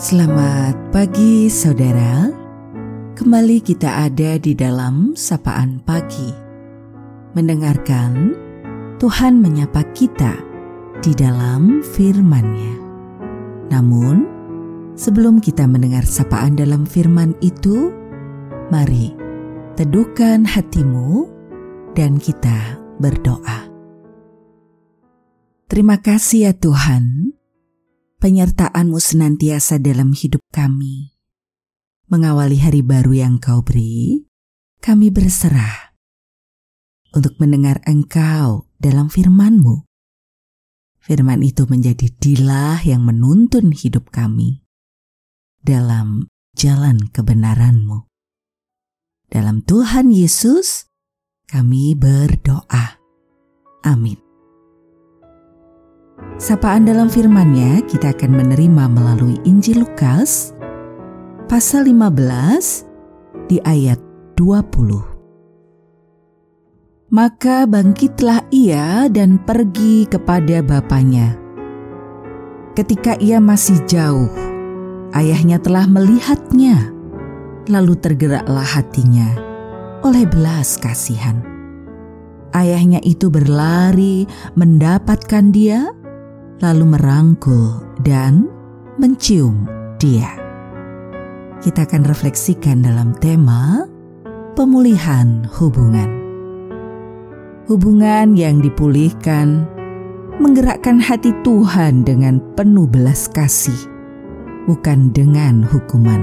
Selamat pagi saudara, kembali kita ada di dalam Sapaan Pagi, mendengarkan Tuhan menyapa kita di dalam firman-Nya. Namun, sebelum kita mendengar sapaan dalam firman itu, mari teduhkan hatimu dan kita berdoa. Terima kasih ya Tuhan, penyertaan-Mu senantiasa dalam hidup kami. Mengawali hari baru yang Kau beri, kami berserah untuk mendengar Engkau dalam firman-Mu. Firman itu menjadi dilah yang menuntun hidup kami dalam jalan kebenaran-Mu. Dalam Tuhan Yesus, kami berdoa. Amin. Sapaan dalam firman-Nya kita akan menerima melalui Injil Lukas pasal 15 di ayat 20. Maka bangkitlah ia dan pergi kepada bapaknya. Ketika ia masih jauh, ayahnya telah melihatnya, lalu tergeraklah hatinya oleh belas kasihan. Ayahnya itu berlari mendapatkan dia, lalu merangkul dan mencium dia. Kita akan refleksikan dalam tema pemulihan hubungan. Hubungan yang dipulihkan menggerakkan hati Tuhan dengan penuh belas kasih, bukan dengan hukuman.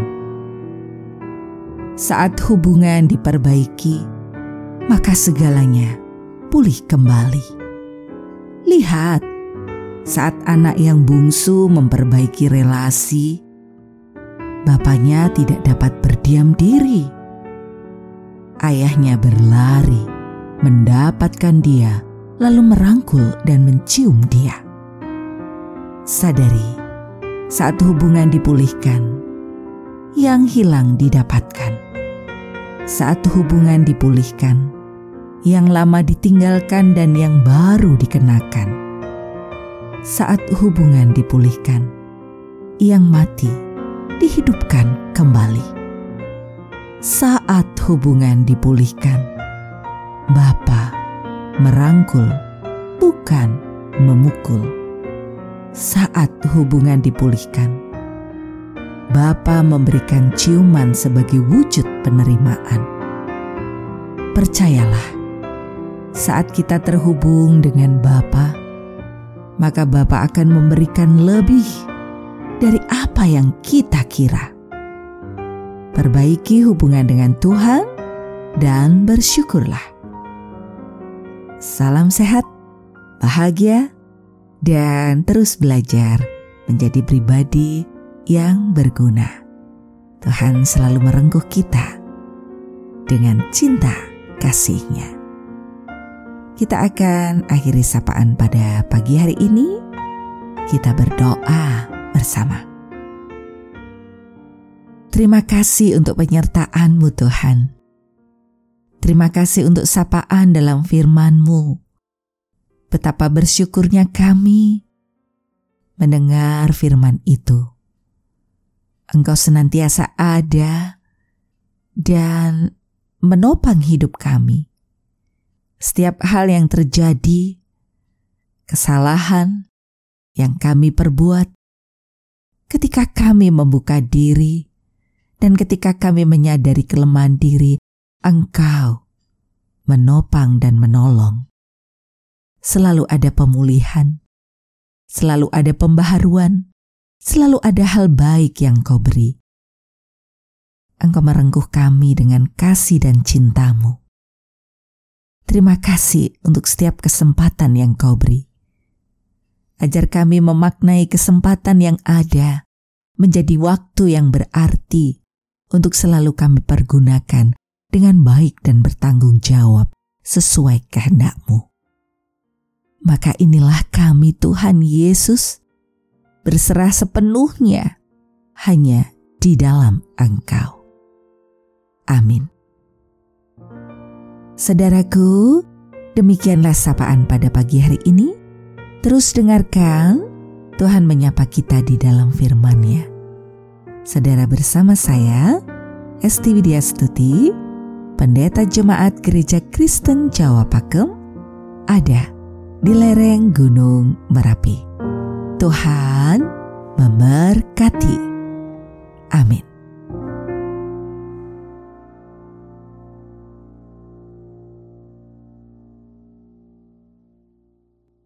Saat hubungan diperbaiki, maka segalanya pulih kembali. Lihat, saat anak yang bungsu memperbaiki relasi, bapaknya tidak dapat berdiam diri. Ayahnya berlari mendapatkan dia, lalu merangkul dan mencium dia. Sadari, saat hubungan dipulihkan, yang hilang didapatkan. Saat hubungan dipulihkan, yang lama ditinggalkan dan yang baru dikenakan. Saat hubungan dipulihkan, yang mati dihidupkan kembali. Saat hubungan dipulihkan, Bapa merangkul, bukan memukul. Saat hubungan dipulihkan, Bapa memberikan ciuman sebagai wujud penerimaan. Percayalah, saat kita terhubung dengan Bapa, maka Bapa akan memberikan lebih dari apa yang kita kira. Perbaiki hubungan dengan Tuhan dan bersyukurlah. Salam sehat, bahagia, dan terus belajar menjadi pribadi yang berguna. Tuhan selalu merengkuh kita dengan cinta kasih-Nya. Kita akan akhiri sapaan pada pagi hari ini. Kita berdoa bersama. Terima kasih untuk penyertaan-Mu Tuhan. Terima kasih untuk sapaan dalam firman-Mu. Betapa bersyukurnya kami mendengar firman itu. Engkau senantiasa ada dan menopang hidup kami. Setiap hal yang terjadi, kesalahan yang kami perbuat, ketika kami membuka diri dan ketika kami menyadari kelemahan diri, Engkau menopang dan menolong. Selalu ada pemulihan, selalu ada pembaharuan, selalu ada hal baik yang Kau beri. Engkau merengkuh kami dengan kasih dan cinta-Mu. Terima kasih untuk setiap kesempatan yang Kau beri. Ajar kami memaknai kesempatan yang ada menjadi waktu yang berarti untuk selalu kami pergunakan dengan baik dan bertanggung jawab sesuai kehendak-Mu. Maka inilah kami Tuhan Yesus, berserah sepenuhnya hanya di dalam Engkau. Amin. Saudaraku, demikianlah sapaan pada pagi hari ini. Terus dengarkan Tuhan menyapa kita di dalam firman-Nya. Saudara, bersama saya Esti Widyastuti, Pendeta Jemaat Gereja Kristen Jawa Pakem, ada di lereng Gunung Merapi. Tuhan memberkati. Amin.